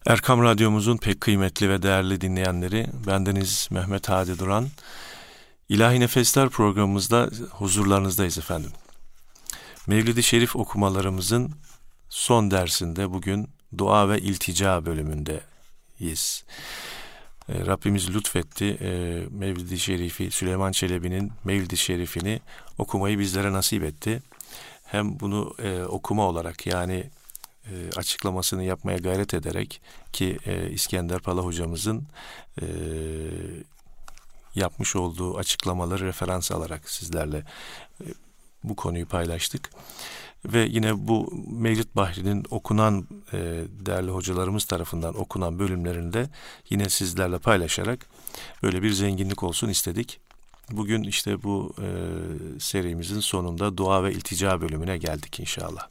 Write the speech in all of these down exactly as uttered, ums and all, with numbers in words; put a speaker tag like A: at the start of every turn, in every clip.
A: Erkam Radyomuzun pek kıymetli ve değerli dinleyenleri, bendeniz Mehmet Hadi Duran. İlahi Nefesler programımızda huzurlarınızdayız efendim. Mevlid-i Şerif okumalarımızın son dersinde bugün dua ve iltica bölümündeyiz. E, Rabbimiz lütfetti. E, Mevlid-i Şerif'i, Süleyman Çelebi'nin Mevlid-i Şerif'ini okumayı bizlere nasip etti. Hem bunu e, okuma olarak, yani E, açıklamasını yapmaya gayret ederek ki e, İskender Pala hocamızın e, yapmış olduğu açıklamaları referans alarak sizlerle e, bu konuyu paylaştık. Ve yine bu Mevlid Bahri'nin okunan e, değerli hocalarımız tarafından okunan bölümlerinde yine sizlerle paylaşarak böyle bir zenginlik olsun istedik. Bugün işte bu e, serimizin sonunda dua ve iltica bölümüne geldik inşallah.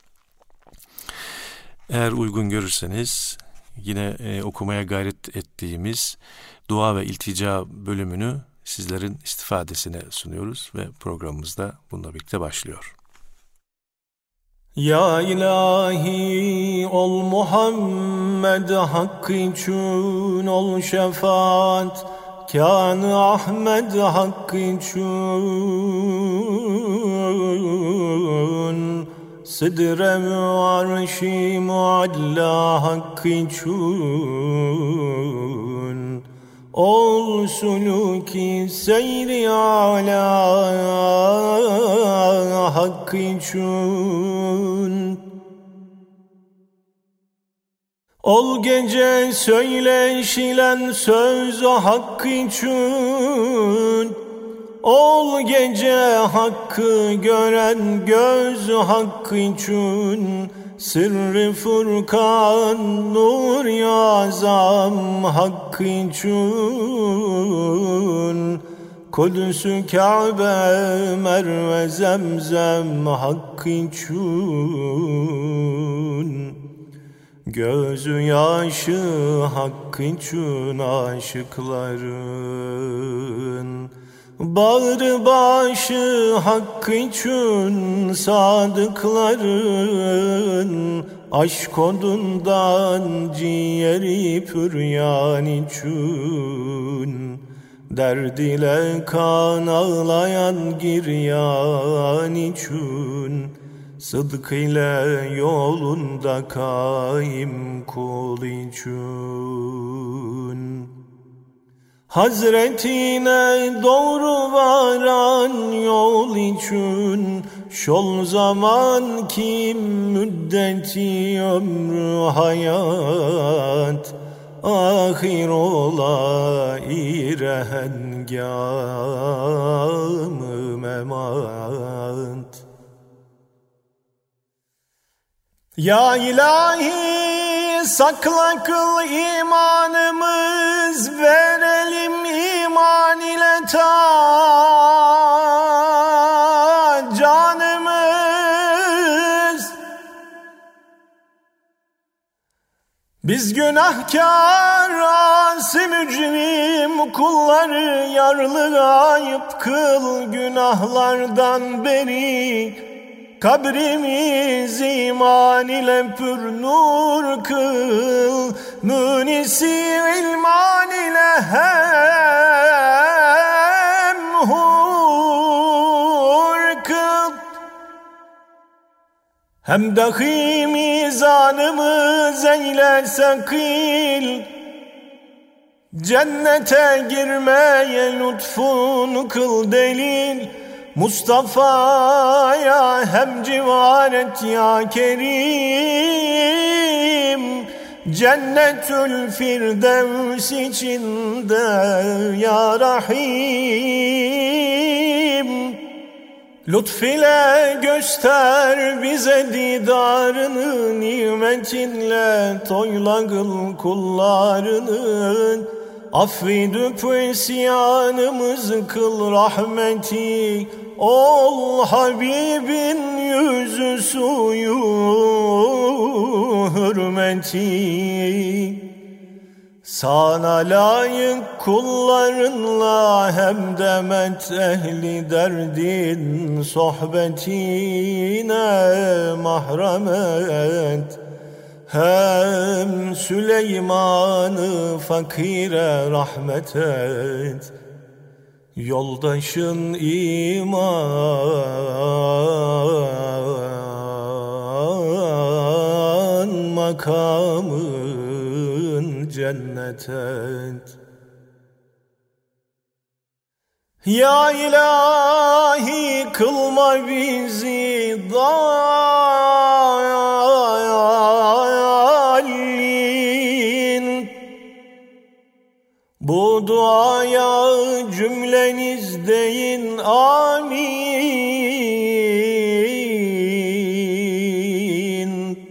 A: Eğer uygun görürseniz yine e, okumaya gayret ettiğimiz dua ve iltica bölümünü sizlerin istifadesine sunuyoruz ve programımızda bununla birlikte başlıyor.
B: Ya ilahi ol Muhammed hakkı için ol şefaat, Kân-ı Ahmed hakkı için, Sidre-i arş-i mualla hakkı için, ol suluki seyri ala hakkı için. Ol gece söyleşilen söz hakkı için, ol gece hakkı gören göz hakkı için, sırrı Furkan nur-i azam hakkı için, Kudüs-ü Kabe Merve Zemzem hakkı için, gözü yaşı hakkı için aşıkların, bağrı başı hakkı için sadıkların, aşk odundan ciğeri püryan için, derd ile kan ağlayan giryan için, sıdk ile yolunda kaim kul için, Hazretine doğru varan yol için, şol zaman ki müddeti ömrü hayat, ahir ola irehengâm-ı memat. Ya ilahi sakla kıl imanımız, verelim iman ile ta canımız. Biz günahkar, asi mücrim kulları, yarlı ayıp kıl günahlardan beri. Kabrimiz iman ile pür nur kıl, münisi ilman ile hem hur kıl. Hem dahi mizanımız eyle sakil, cennete girmeye lütfun kıl delil. Mustafa'ya hem civar et ya Kerim, Cennetül Firdevs içinde ya Rahim. Lütf ile göster bize didarını, nimetinle toyla kıl kullarının. Affedip isyanımızı kıl rahmeti, ol Habibin yüzü suyu hürmeti. Sana layık kullarınla hem demet ehli derdin sohbetine mahremet. hem Süleyman'ı fakire rahmet et. Yoldaşın iman, makamın cennet et. Ya ilahi kılma bizi dâlin. Bu duaya cümleniz deyin amin.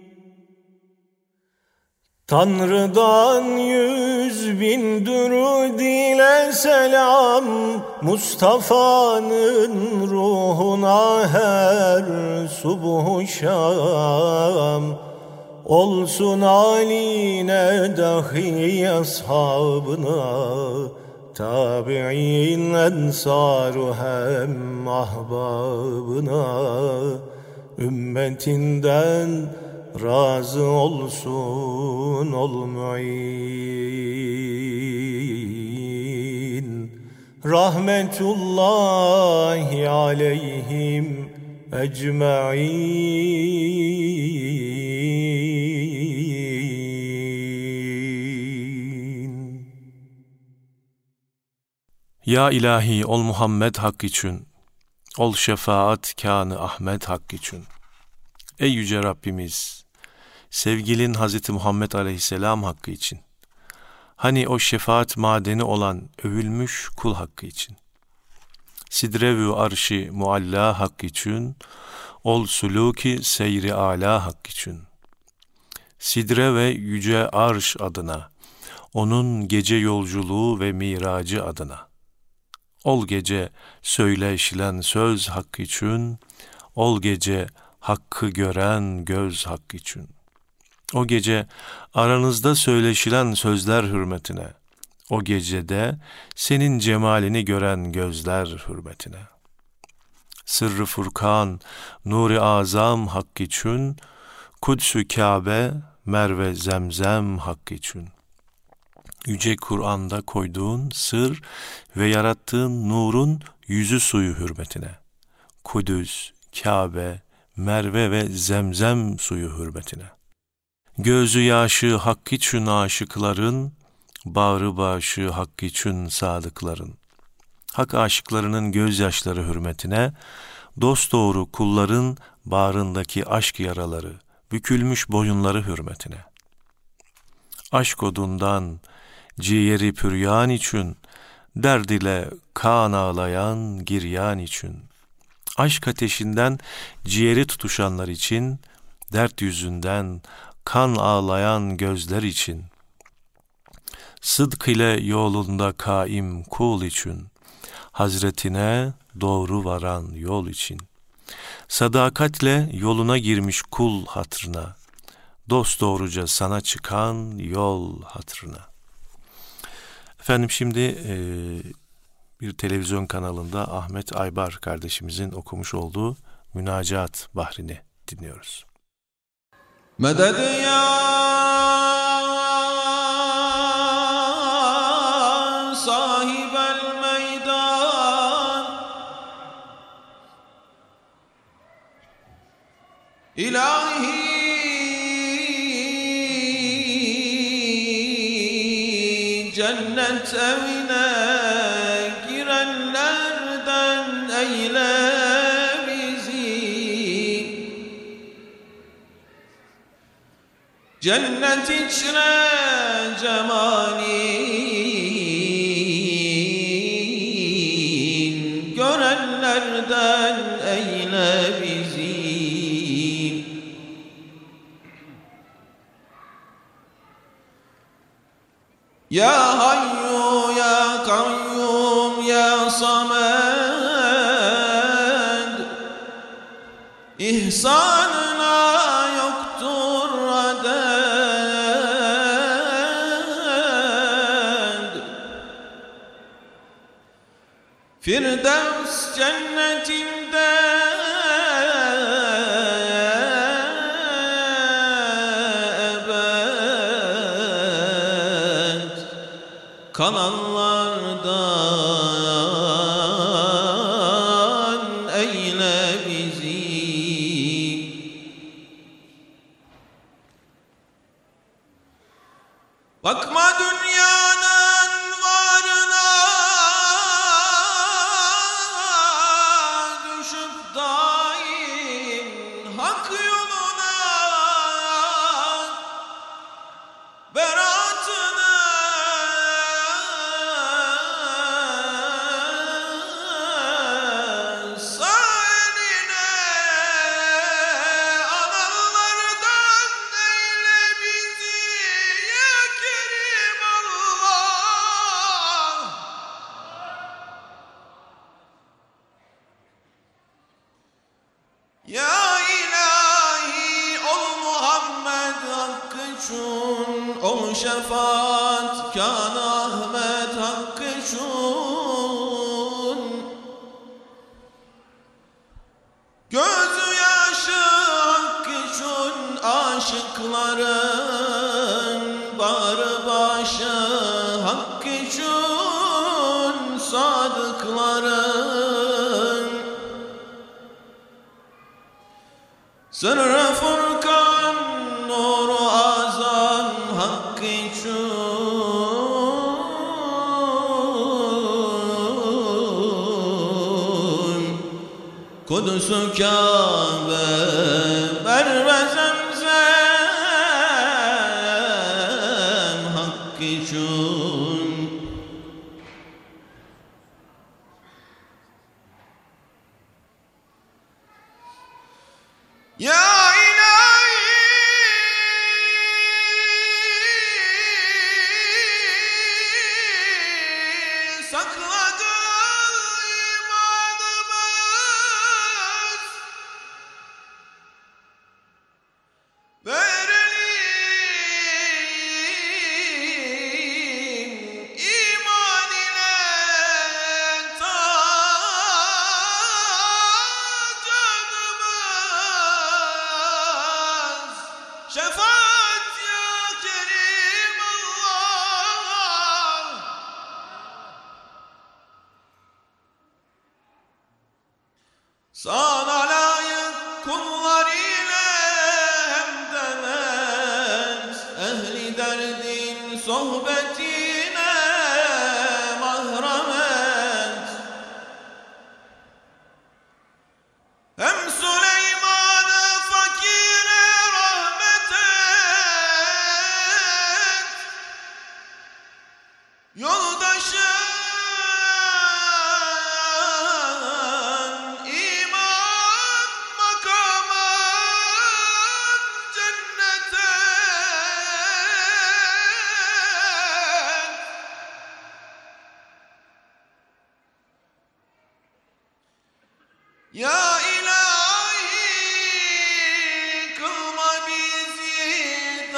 B: Tanrı'dan yüz bin dürûd ile selam, Mustafa'nın ruhuna her subuh şam. Olsun âline dahi ashabına, tabi'in ensâru hem ahbabına. Ümmetinden razı olsun ol mu'in. Rahmetullahi aleyhim ecma'in.
A: Ya ilahi ol Muhammed hak için, ol şefaat kânı Ahmet hak için. Ey yüce Rabbimiz, sevgilin Hazreti Muhammed Aleyhisselam hakkı için, hani o şefaat madeni olan övülmüş kul hakkı için, sidre-vü arş-ı mualla hakkı için, ol suluki seyri ala hakkı için, sidre ve yüce arş adına, onun gece yolculuğu ve miracı adına, ol gece söyleşilen söz hakkı için, ol gece hakkı gören göz hakkı için. O gece aranızda söyleşilen sözler hürmetine, o gecede senin cemalini gören gözler hürmetine. Sırrı Furkan, Nur-i Azam hakkı için, Kuds-ü Kabe, Merve Zemzem hakkı için. Yüce Kur'an'da koyduğun sır ve yarattığın nurun yüzü suyu hürmetine, Kudüs, Kabe, Merve ve Zemzem suyu hürmetine. Gözü yaşı hakkı için aşıkların, bağrı başı hakkı için sadıkların. Hak aşıklarının gözyaşları hürmetine, dosdoğru kulların bağrındaki aşk yaraları, bükülmüş boyunları hürmetine. Aşk odundan ciğeri püryan için, derd ile kan ağlayan giryan için. Aşk ateşinden ciğeri tutuşanlar için, dert yüzünden kan ağlayan gözler için, sıdk ile yolunda kaim kul için, Hazretine doğru varan yol için, sadakatle yoluna girmiş kul hatırına, dosdoğruca sana çıkan yol hatırına. Efendim şimdi e, bir televizyon kanalında Ahmet Aybar kardeşimizin okumuş olduğu Münacat Bahri'ni dinliyoruz.
C: Meded ya sahibel meydan, ilahi cennet evine girenlerden eyle bizi. Cennet içre cemalin görenlerden eyle bizi. Ya Hayyu ya Kayyum ya Samed, ihsanına yoktur aded. Firdevs cennetinde kalanlardan eyle bizi. Bakma dünyanın varına, düşüp daim hak yoluna, beratını sağ eline, analardan eyle bizi ya Kerim Allah. Ya ilahi ol Muhammed hakkı çun, ol şefaat kan Ahmet hakkı çun. Gözü yaşı hakkı çun, aşıkların barı başı hakkı çun, sadıkların sırrı Furkan nuru azan hakkı çun, Kudüs-ü Kabe Merve Zemzem hakkı çun. Ya ilahi sakla kıl imanımız, verelim iman ile tacımız. Şefaat ya Kerim Allah. Sana layık kullar ile hem demez, ehli derdin sohbetine mahram et. Hem Süleyman'ı fakire rahmet et, yoldaşın iman makamın cennete. Ya ilahi kılma bizi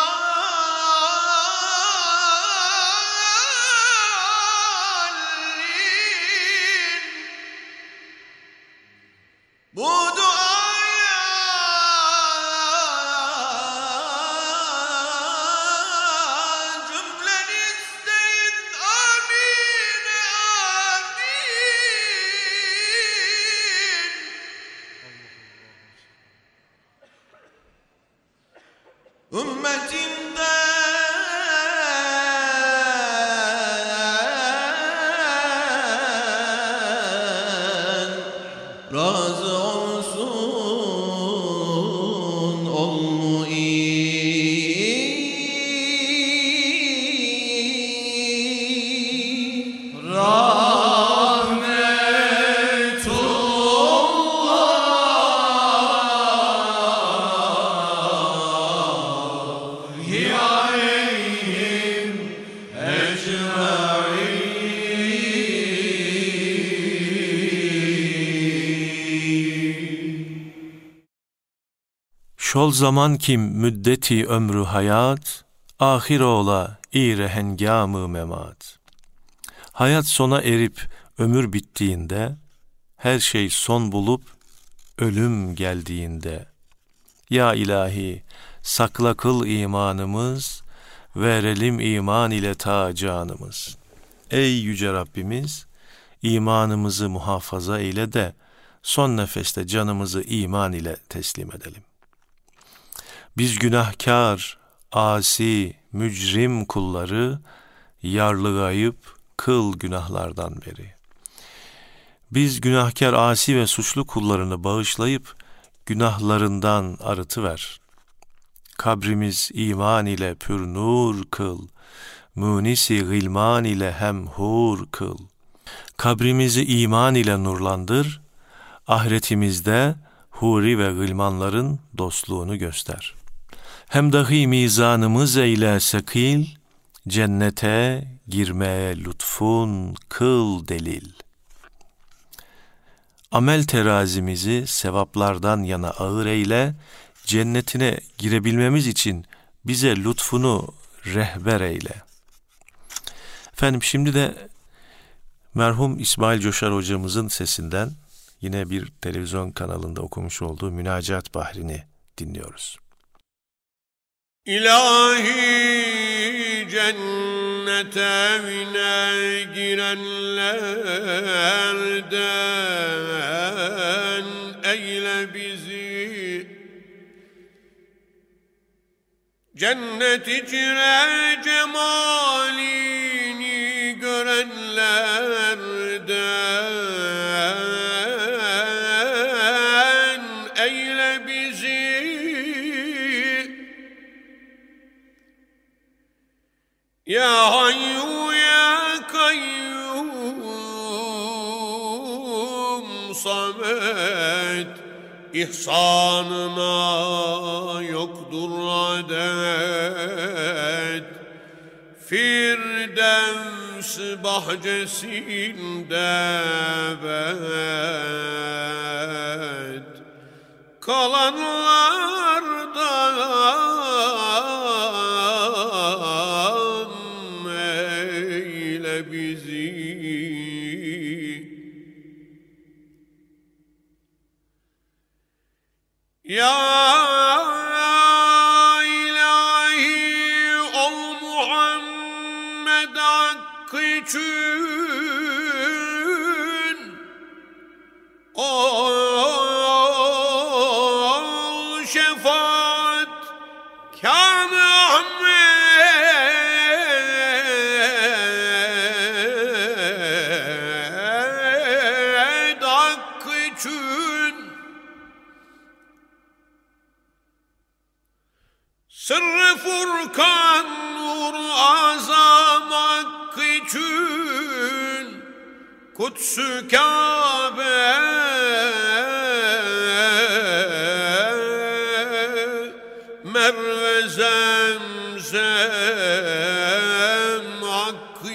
C: dallin. Bu duaya cümleniz deyin amin amin. Ümmetinden razı olsun ol mu'in.
A: Şol zaman kim müddeti ömrü hayat, ahir ola ire hengamı memat. Hayat sona erip ömür bittiğinde, her şey son bulup ölüm geldiğinde. Ya ilahi sakla kıl imanımız, verelim iman ile ta canımız. Ey yüce Rabbimiz, imanımızı muhafaza eyle de son nefeste canımızı iman ile teslim edelim. Biz günahkar, asi, mücrim kulları yarlıgayıp kıl günahlardan beri. Biz günahkar, asi ve suçlu kullarını bağışlayıp günahlarından arıtıver. Kabrimiz iman ile pür nur kıl, munisi gılman ile hemhur kıl. Kabrimizi iman ile nurlandır, ahiretimizde huri ve gılmanların dostluğunu göster. Hem dahi mizanımız eyle sekil, cennete girmeye lütfun kıl delil. Amel terazimizi sevaplardan yana ağır eyle, cennetine girebilmemiz için bize lütfunu rehber eyle. Efendim şimdi de merhum İsmail Coşar hocamızın sesinden yine bir televizyon kanalında okumuş olduğu Münacat Bahri'ni dinliyoruz.
B: İlahi cennete evine girenlerden eyle bizi, cennet içine cemalini görenlerden eyle bizi. Ya Hayyu ya Kayyum Samet, İhsanına yoktur adet, Firdevs bahçesinde bet kalanlardan eyle bizi. Ya ilahi ol Muhammed hakkı için, ol şefaat kâme Ahmed hakkı için. Sırrı Furkan nur azam hakkı için, Kuds-ü Kabe Merve Zemzem hakkı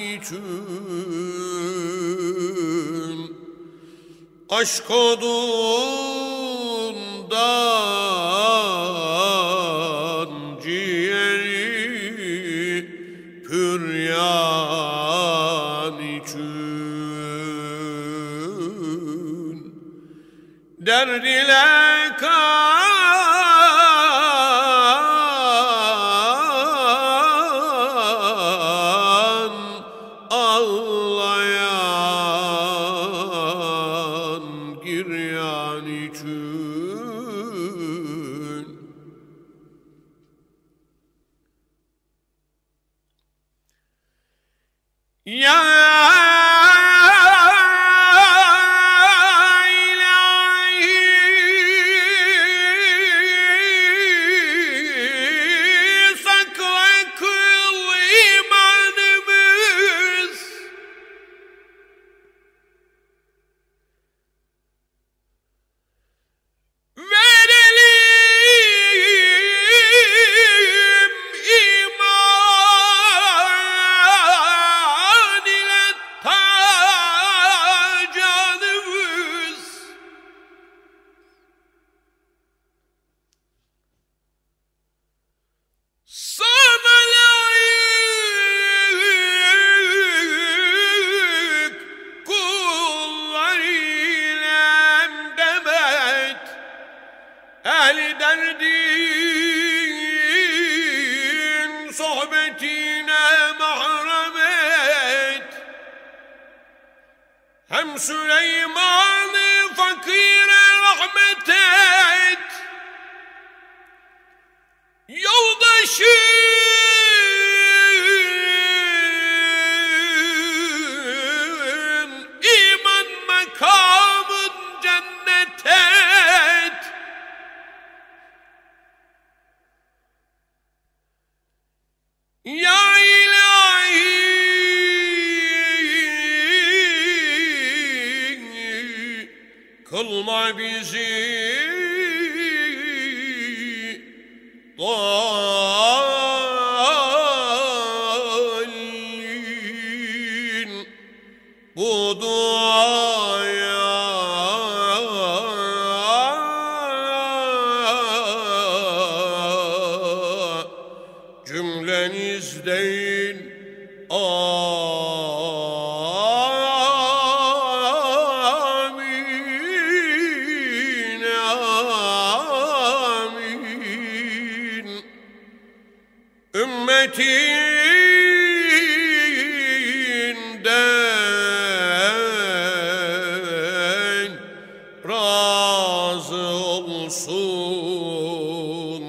B: için, aşk odundan ciğeri püryan için, derd ile kan ağlayan giryan için. Ya iman ile hem Süleyman'ı fakire rahmet et. Yoldaşım iman makamın cennet et. Ya ilahi kılma bizi dallin. Bu duaya cümlenizden amin, amin. Ümmetinden razı olsun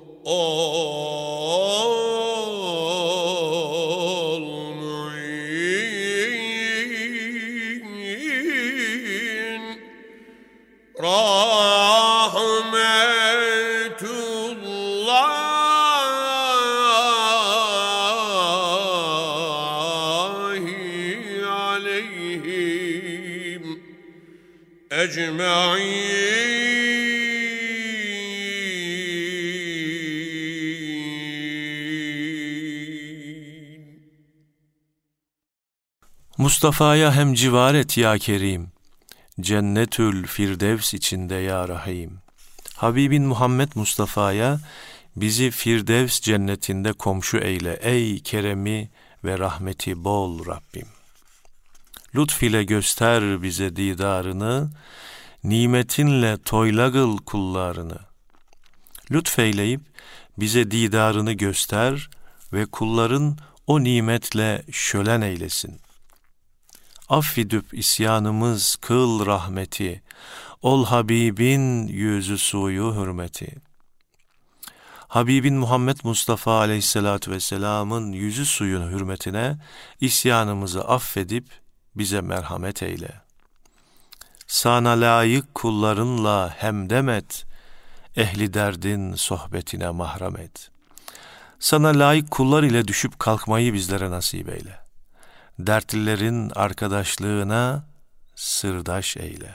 B: olmu'in. Rahmetullahi aleyhim ecma'in.
A: Mustafa'ya hem civar et ya Kerim, Cennetül Firdevs içinde ya Rahim. Habibin Muhammed Mustafa'ya bizi Firdevs cennetinde komşu eyle ey keremi ve rahmeti bol Rabbim. Lütfile göster bize didarını, nimetinle toyla kıl kullarını. Lütfeyleyip bize didarını göster ve kulların o nimetle şölen eylesin. Affedip isyanımız kıl rahmeti, ol Habibin yüzü suyu hürmeti. Habibin Muhammed Mustafa aleyhissalatu vesselamın yüzü suyun hürmetine isyanımızı affedip bize merhamet eyle. Sana layık kullarınla hemdem et, ehli derdin sohbetine mahram et. Sana layık kullar ile düşüp kalkmayı bizlere nasip eyle. Dertlilerin arkadaşlığına sırdaş eyle.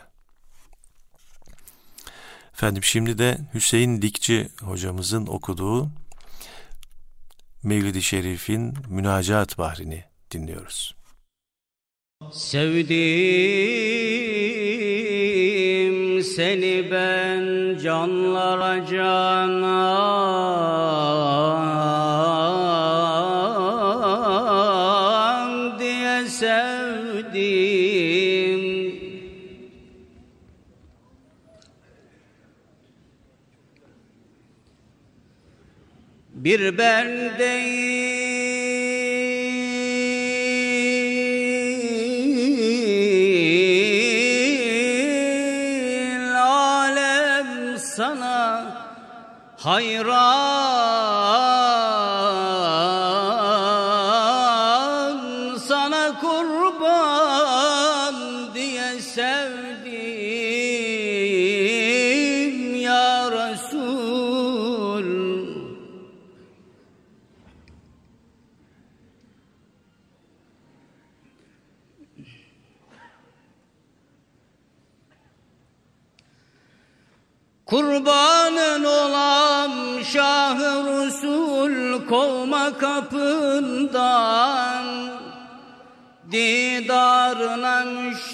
A: Efendim şimdi de Hüseyin Dikçi hocamızın okuduğu Mevlid-i Şerif'in Münacat Bahrini dinliyoruz.
D: Sevdim seni ben canlara canan diye sevdim. Bir ben değil, alem sana hayran, sana kurban diye sevdim ya Resul. Kurbanın olam Şah-ı Resul, kovma kapından, didarına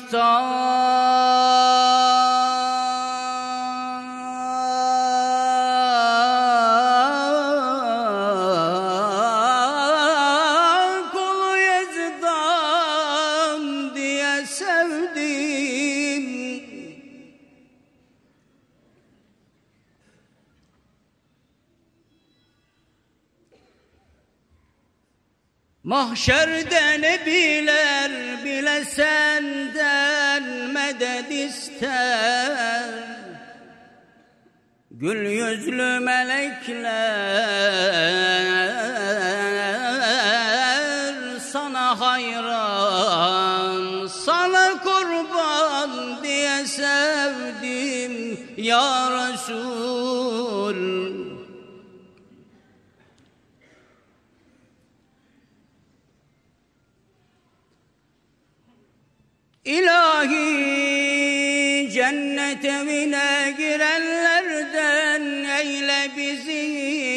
D: müştak, kulu Yezdan diye sevdim. Mahşerde nebiler bile senden medet ister. Gül yüzlü melekler sana hayran, sana kurban diye sevdim ya Resul. İlahi cennet evine girenlerden eyle bizi.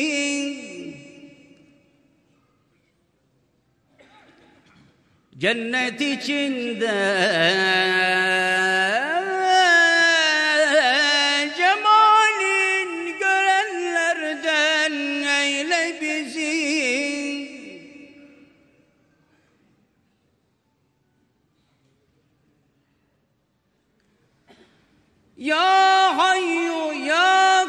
D: Cennet içinde cemalin görenlerden eyle bizi. Ya Hayyu Ya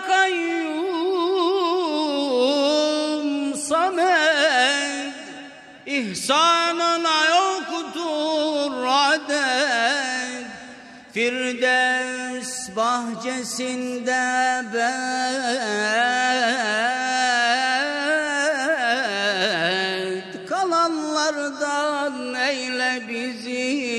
D: Kayyum Samed, ihsanına yoktur adet. Firdevs bahçesinde bet kalanlardan eyle bizi.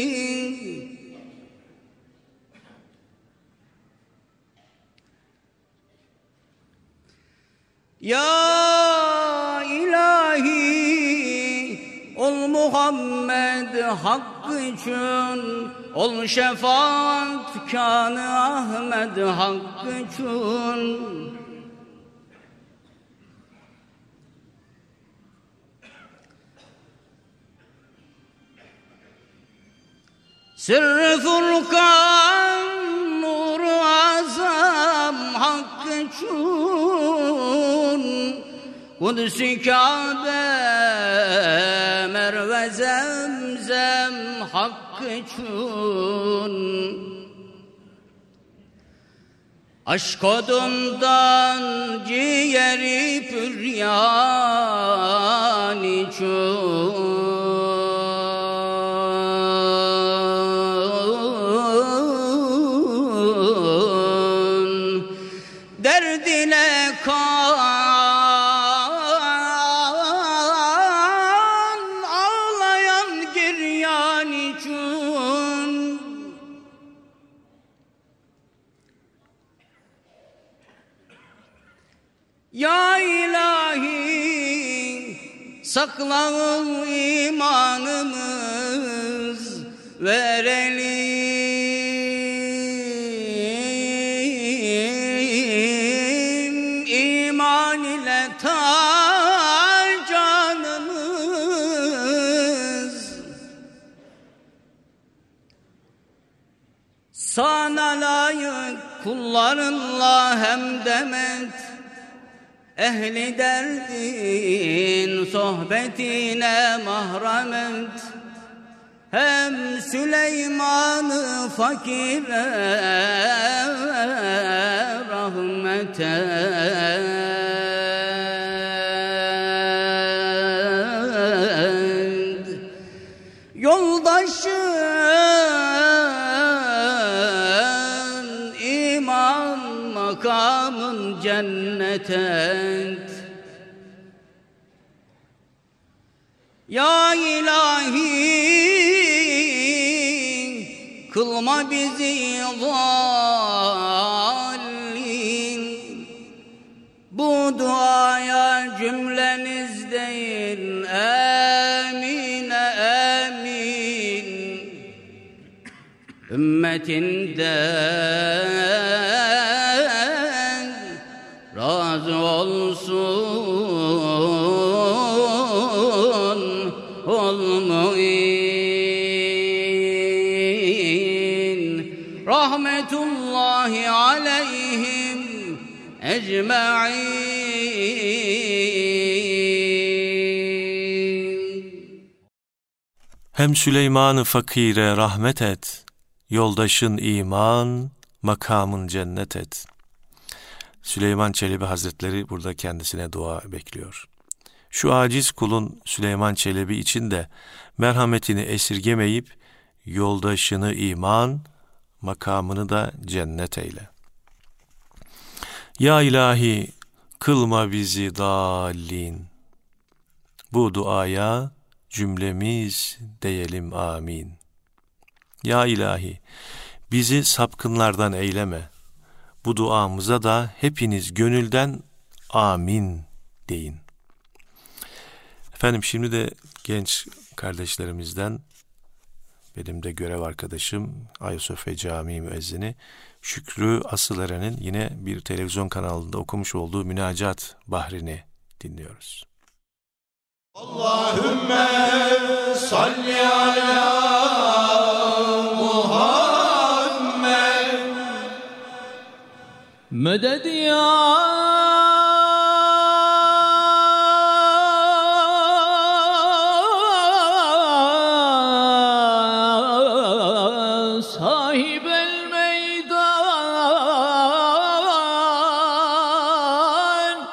D: Ya ilahi ol Muhammed hakkı için, ol şefaat kanı Ahmed hakkı için. Sırrı Furkan nuru azam hakkı için. Kudüs-i Kabe Merve Zemzem hakkı için. Aşk odundan ciğeri püryan için. Derdine kan ağlayan giryan için. Ya ilahi saklan imanımız verelim iman ile ta canımız. Sana layık kullarınla hemdemet, ehli derdin sohbetine mahremet. Hem Süleyman'ı fakire rahmet et. Yoldaşın iman makamın cennet et. Ya ilahi kılma bizi zallin. Bu duaya cümleniz değil amine amin. Ümmetinden razı olsun ol mu'in. Rahmetullahi aleyhim ecma'in.
A: Hem Süleyman-ı fakire rahmet et, yoldaşın iman, makamın cennet et. Süleyman Çelebi Hazretleri burada kendisine dua bekliyor. Şu aciz kulun Süleyman Çelebi için de merhametini esirgemeyip yoldaşını iman, makamını da cennet eyle. Ya ilahi kılma bizi dallin. Bu duaya cümlemiz diyelim amin. Ya ilahi bizi sapkınlardan eyleme. Bu duamıza da hepiniz gönülden amin deyin. Efendim şimdi de genç kardeşlerimizden benim de görev arkadaşım Ayasofya Camii müezzini Şükrü Asıleren'in yine bir televizyon kanalında okumuş olduğu münacat bahrini dinliyoruz.
B: Allahümme salli ala Muhammed
D: Meded ya sahibel meydan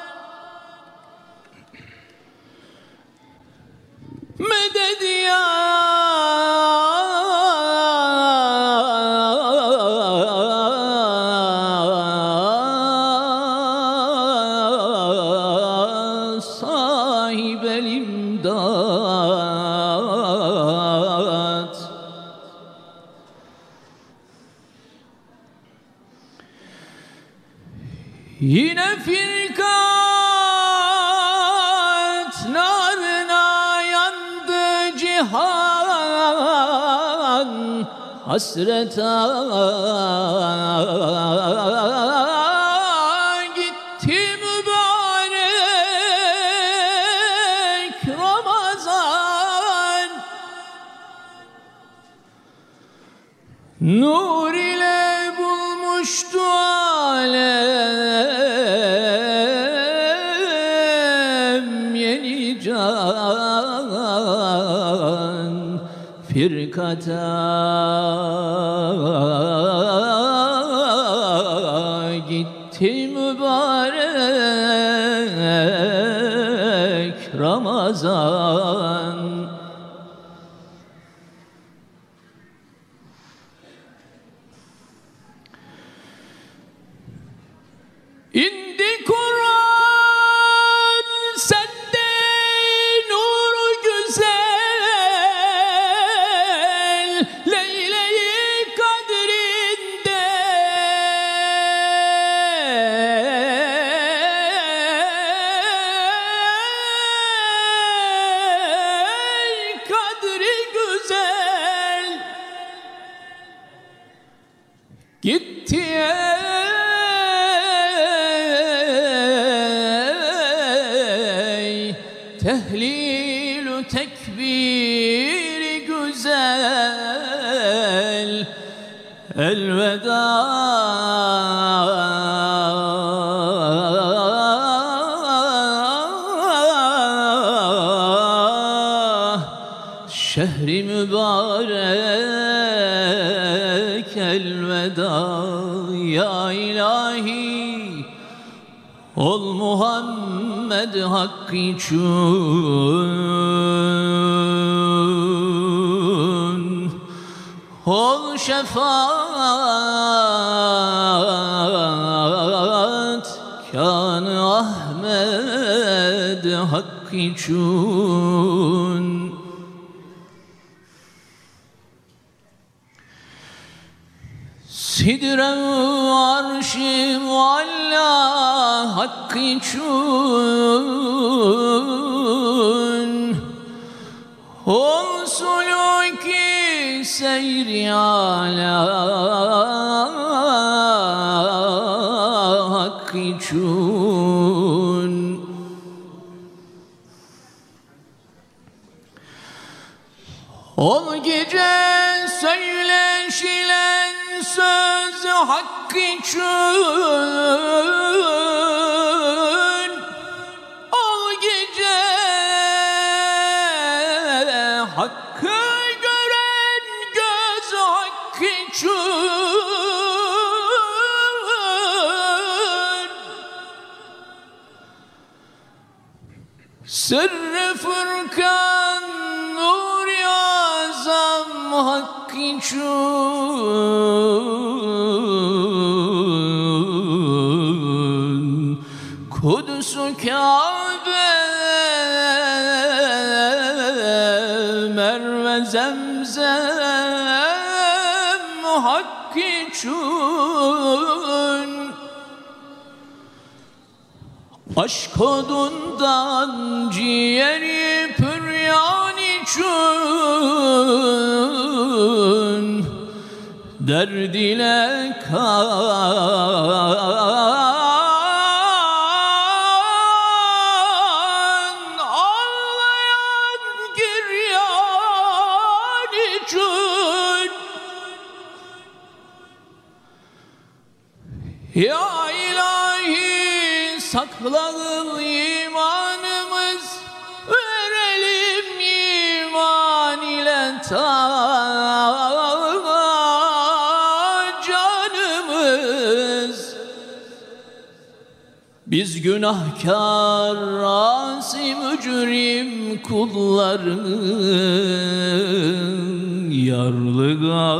D: Meded ya sahibel imdad Yine firkat narına yandı cihan hasreta gitti mübarek Ramazan nur ile bulmuştu alem yeni can firkata gitti mübarek Ramazan İndi Kur'an sende nuru güzel Leyle-i kadrinde kadri güzel gitti tehlil-ü tekbir güzel elveda şehri mübarek elveda ya ilahi ol Muhammed hakkı için ol şefaat kânı Ahmed hakkı için Sidre arş-ı mualla hakkı için ol suluki seyri ala hakkı için ol gece söyleşilen söz hakkı için ol gece hakkı gören göz hakkı için Sırrı Furkan Nur-i Azam Hak için Kudüs-ü Kabe Merve Zemzem Hak için Aşk odundan ciğeri püryan için Derd ile kan ağlayan giryan için Ya ilahi saklanın imanımız Verelim iman ile ta canımız Biz günahkar, asi mücrim kulların Yarlı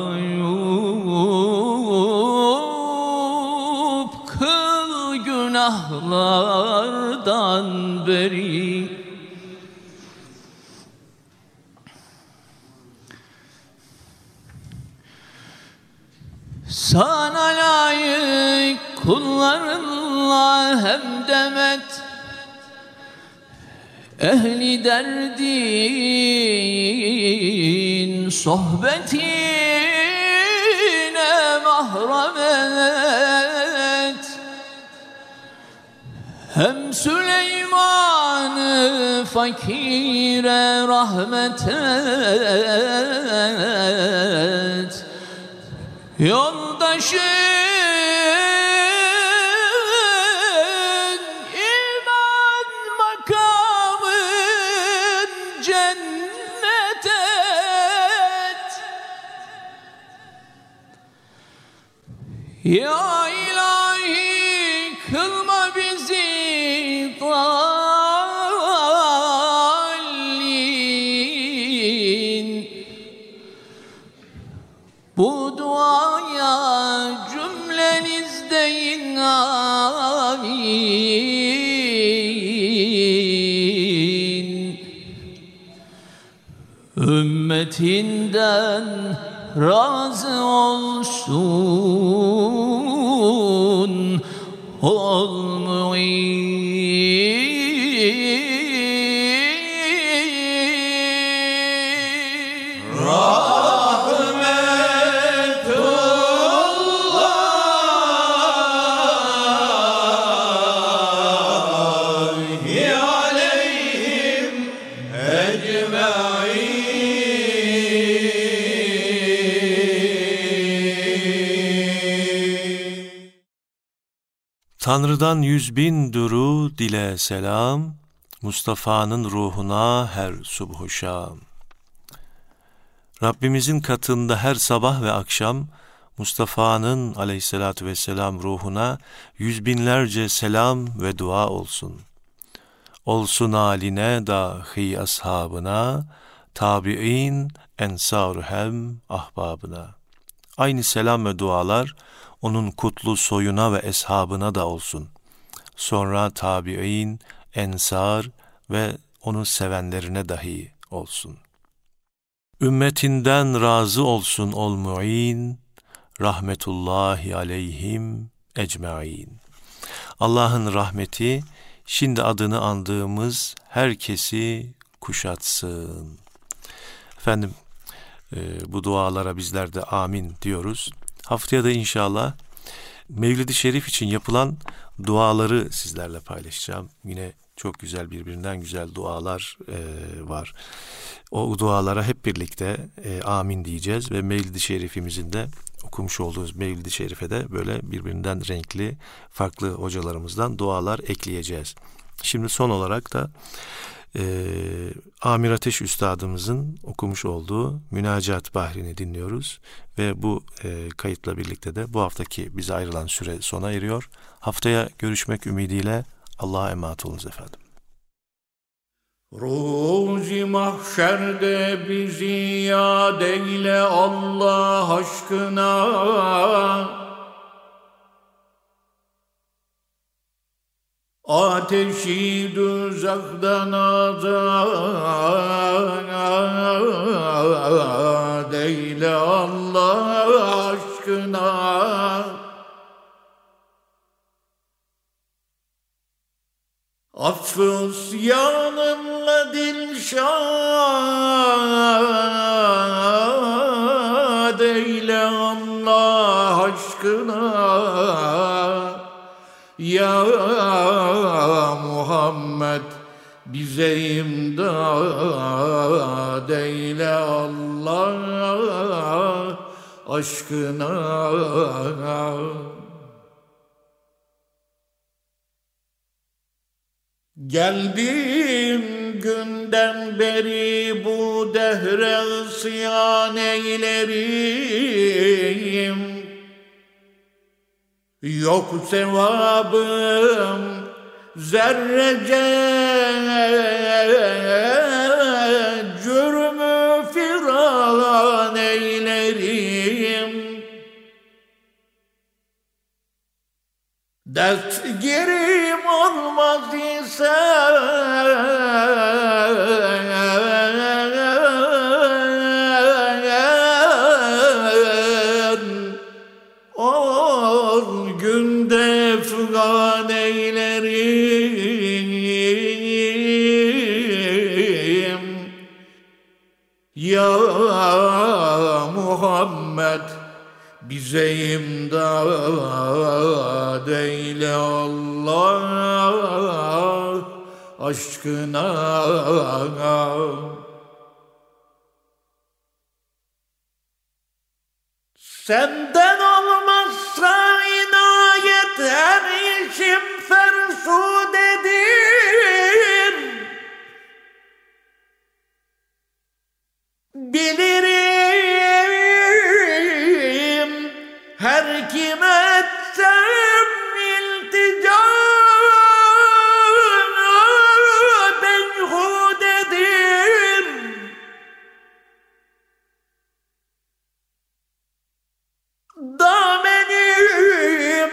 D: gayub kıl günahlardan beri Sana layık kullarınla hemdemet Ehli derdin sohbetine mahremet Hem Süleyman'ı fakire rahmet et Yoldaşın iman makamın cennet et Ya ilahi kılma bizi dallin Bu duaya cümleniz deyin amin Ümmetinden razı olsun ol mu'in
A: Tanrı'dan yüz bin duru dile selam, Mustafa'nın ruhuna her subhu şam. Rabbimizin katında her sabah ve akşam, Mustafa'nın aleyhissalatü vesselam ruhuna yüz binlerce selam ve dua olsun. Olsun haline dahi ashabına, tabi'in ensar hem ahbabına. Aynı selam ve dualar, onun kutlu soyuna ve eshabına da olsun. Sonra tabi'in, ensar ve onu sevenlerine dahi olsun. Ümmetinden razı olsun ol mu'in, rahmetullahi aleyhim ecmaîn. Allah'ın rahmeti, şimdi adını andığımız herkesi kuşatsın. Efendim, e, bu dualara bizler de amin diyoruz. Haftaya da inşallah Mevlid-i Şerif için yapılan duaları sizlerle paylaşacağım. Yine çok güzel, birbirinden güzel dualar e, var. O dualara hep birlikte e, amin diyeceğiz ve Mevlid-i Şerifimizin de okumuş olduğumuz Mevlid-i Şerif'e de böyle birbirinden renkli, farklı hocalarımızdan dualar ekleyeceğiz. Şimdi son olarak da e, Amir Ateş Üstadımızın okumuş olduğu Münacat Bahri'ni dinliyoruz ve bu e, kayıtla birlikte de bu haftaki bize ayrılan süre sona eriyor. Haftaya görüşmek ümidiyle Allah'a emanet olunuz efendim.
B: Ruzi mahşerde bizi yad eyle Allah aşkına. Ateşi düzaktan azad eyle Allah aşkına. Affı yanımla dilşad eyle Allah aşkına. Ya Muhammed bize imdad eyle Allah aşkına. Geldiğim günden beri bu dehre isyan eylerim. Yok sevabım zerrece, cürmü firan eylerim. Destgirim olmaz ise o günde figan eylerim. Ya Muhammed bize imdad eyle Allah aşkına. Senden olmazsa inayet her işim fersudedir. Bilirim her kime etsem iltica benhudedir. Damenim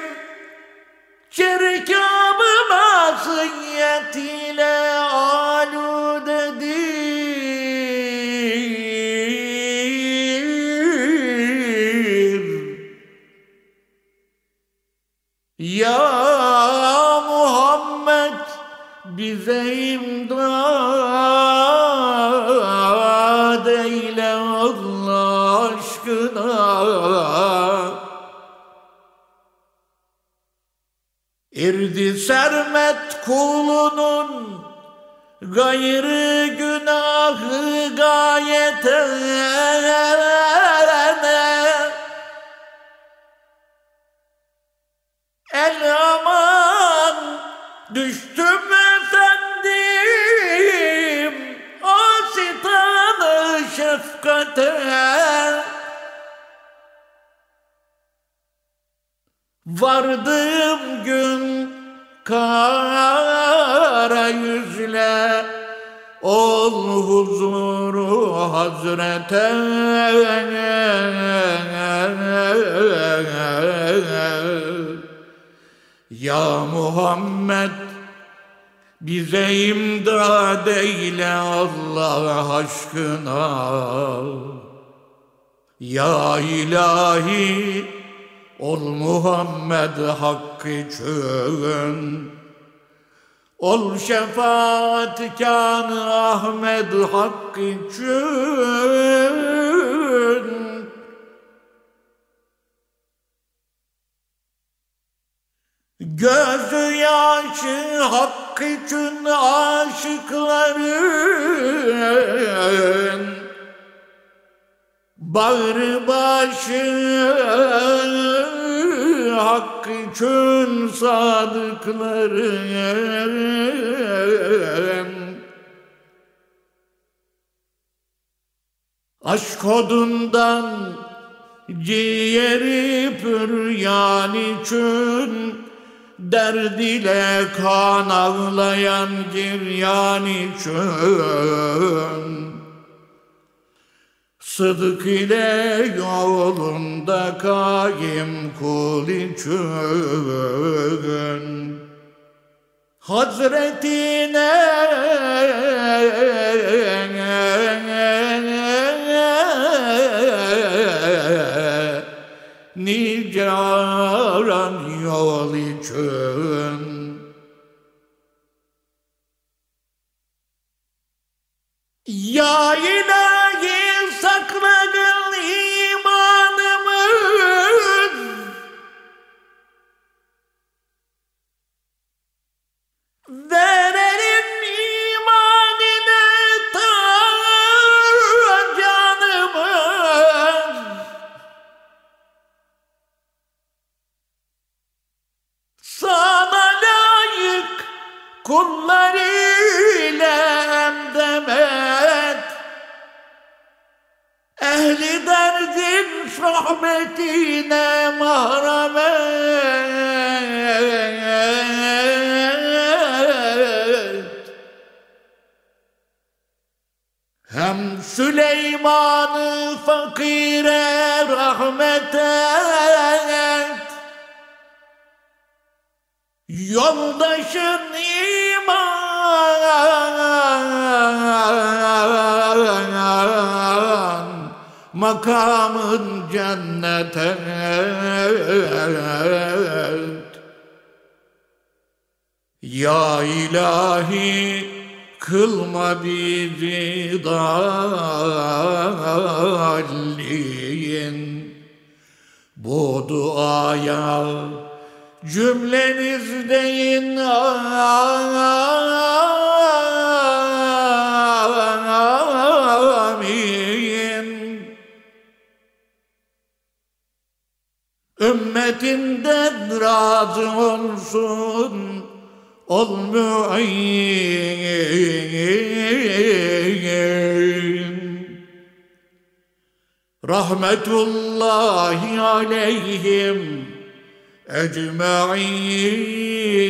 B: çirkâb-ı masiyet ile aludedir. Ya Muhammed bize imdad eyle Allah aşkına. İrdi sermet kulunun gayrı günahı gayete, el aman düştüm efendim asitanı şefkate. Vardığım gün kara yüzle ol huzuru hazrete. Ya Muhammed bize imdad eyle Allah aşkına. Ya ilahi ol Muhammed hakkı için, ol şefaatkan Ahmed hakkı için. Gözü yaşı hak için aşıkların, bağrı başı hak için sadıkların. Aşk odundan ciğeri püryan için derd ile kan ağlayan giryan için, sıdk ile yolunda kaim kul için, Hazretine nicaran yol için. Ya ilahi sakladın imanımız, verelim imanine ta canımız. Sana layık kullarıyla emdemet, ehli derdin sohbetine mahremet. Hem Süleyman'ı fakire rahmet et, yoldaşın iman, makamın cennet et. Ya ilahi kılma bizi dallin, bu duaya cümleniz deyin amin. Ümmetinden razı olsun ol mü'in. Rahmetullahi aleyhim ecma'in.